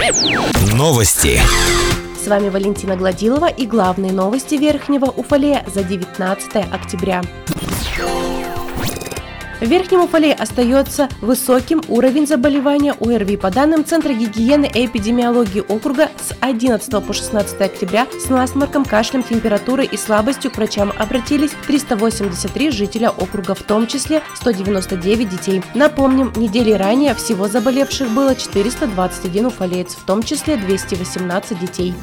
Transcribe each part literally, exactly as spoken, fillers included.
Новости. С вами Валентина Гладилова и главные новости Верхнего Уфалея за девятнадцатое октября. В Верхнем Уфалее остается высоким уровень заболевания ОРВИ. По данным Центра гигиены и эпидемиологии округа, с одиннадцатого по шестнадцатое октября с насморком, кашлем, температурой и слабостью к врачам обратились триста восемьдесят три жителя округа, в том числе сто девяносто девять детей. Напомним, недели ранее всего заболевших было четыреста двадцать один уфалеец, в том числе двести восемнадцать детей.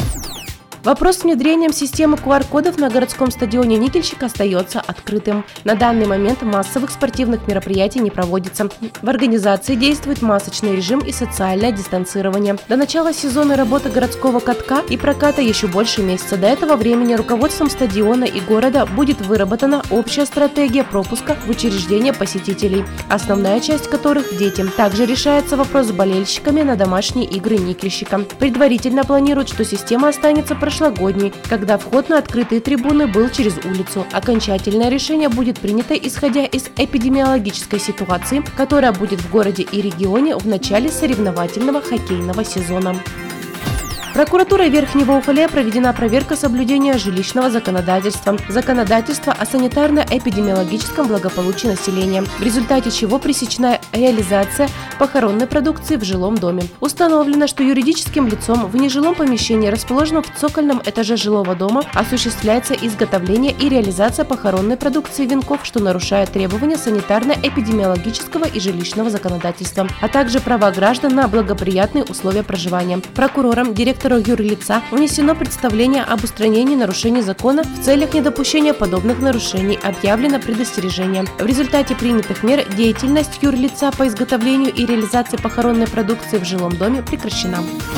Вопрос с внедрением системы ку ар кодов на городском стадионе «Никельщик» остается открытым. На данный момент массовых спортивных мероприятий не проводится. В организации действует масочный режим и социальное дистанцирование. До начала сезона работы городского катка и проката еще больше месяца. До этого времени руководством стадиона и города будет выработана общая стратегия пропуска в учреждения посетителей, основная часть которых – дети. Также решается вопрос с болельщиками на домашние игры «Никельщика». Предварительно планируют, что система останется прошлогодней, когда вход на открытые трибуны был через улицу. Окончательное решение будет принято исходя из эпидемиологической ситуации, которая будет в городе и регионе в начале соревновательного хоккейного сезона. Прокуратурой Верхнего Уфалея проведена проверка соблюдения жилищного законодательства, законодательства о санитарно-эпидемиологическом благополучии населения, в результате чего пресечена реализация похоронной продукции в жилом доме. Установлено, что юридическим лицом в нежилом помещении, расположенном в цокольном этаже жилого дома, осуществляется изготовление и реализация похоронной продукции венков, что нарушает требования санитарно-эпидемиологического и жилищного законодательства, а также права граждан на благоприятные условия проживания. Прокурором, директором юрлица внесено представление об устранении нарушений закона в целях недопущения подобных нарушений, объявлено предостережение. В результате принятых мер деятельность юрлица по изготовлению и реализации похоронной продукции в жилом доме прекращена.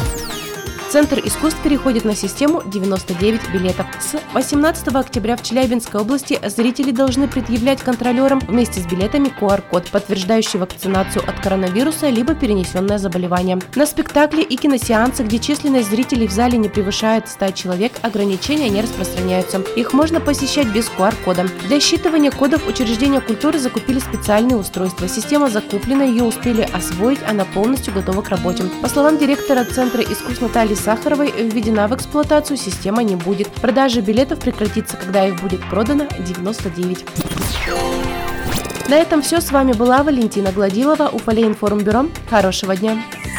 Центр искусств переходит на систему девяносто девять билетов. С восемнадцатого октября в Челябинской области зрители должны предъявлять контролерам вместе с билетами ку ар код, подтверждающий вакцинацию от коронавируса либо перенесенное заболевание. На спектакли и киносеансы, где численность зрителей в зале не превышает ста человек, ограничения не распространяются. Их можно посещать без ку ар кода. Для считывания кодов учреждения культуры закупили специальные устройства. Система закуплена, ее успели освоить, она полностью готова к работе. По словам директора Центра искусств Натальи Сахаровой, введена в эксплуатацию система не будет. Продажа билетов прекратится, когда их будет продано девяносто девять. На этом все. С вами была Валентина Гладилова, Уфалей информбюро. Хорошего дня!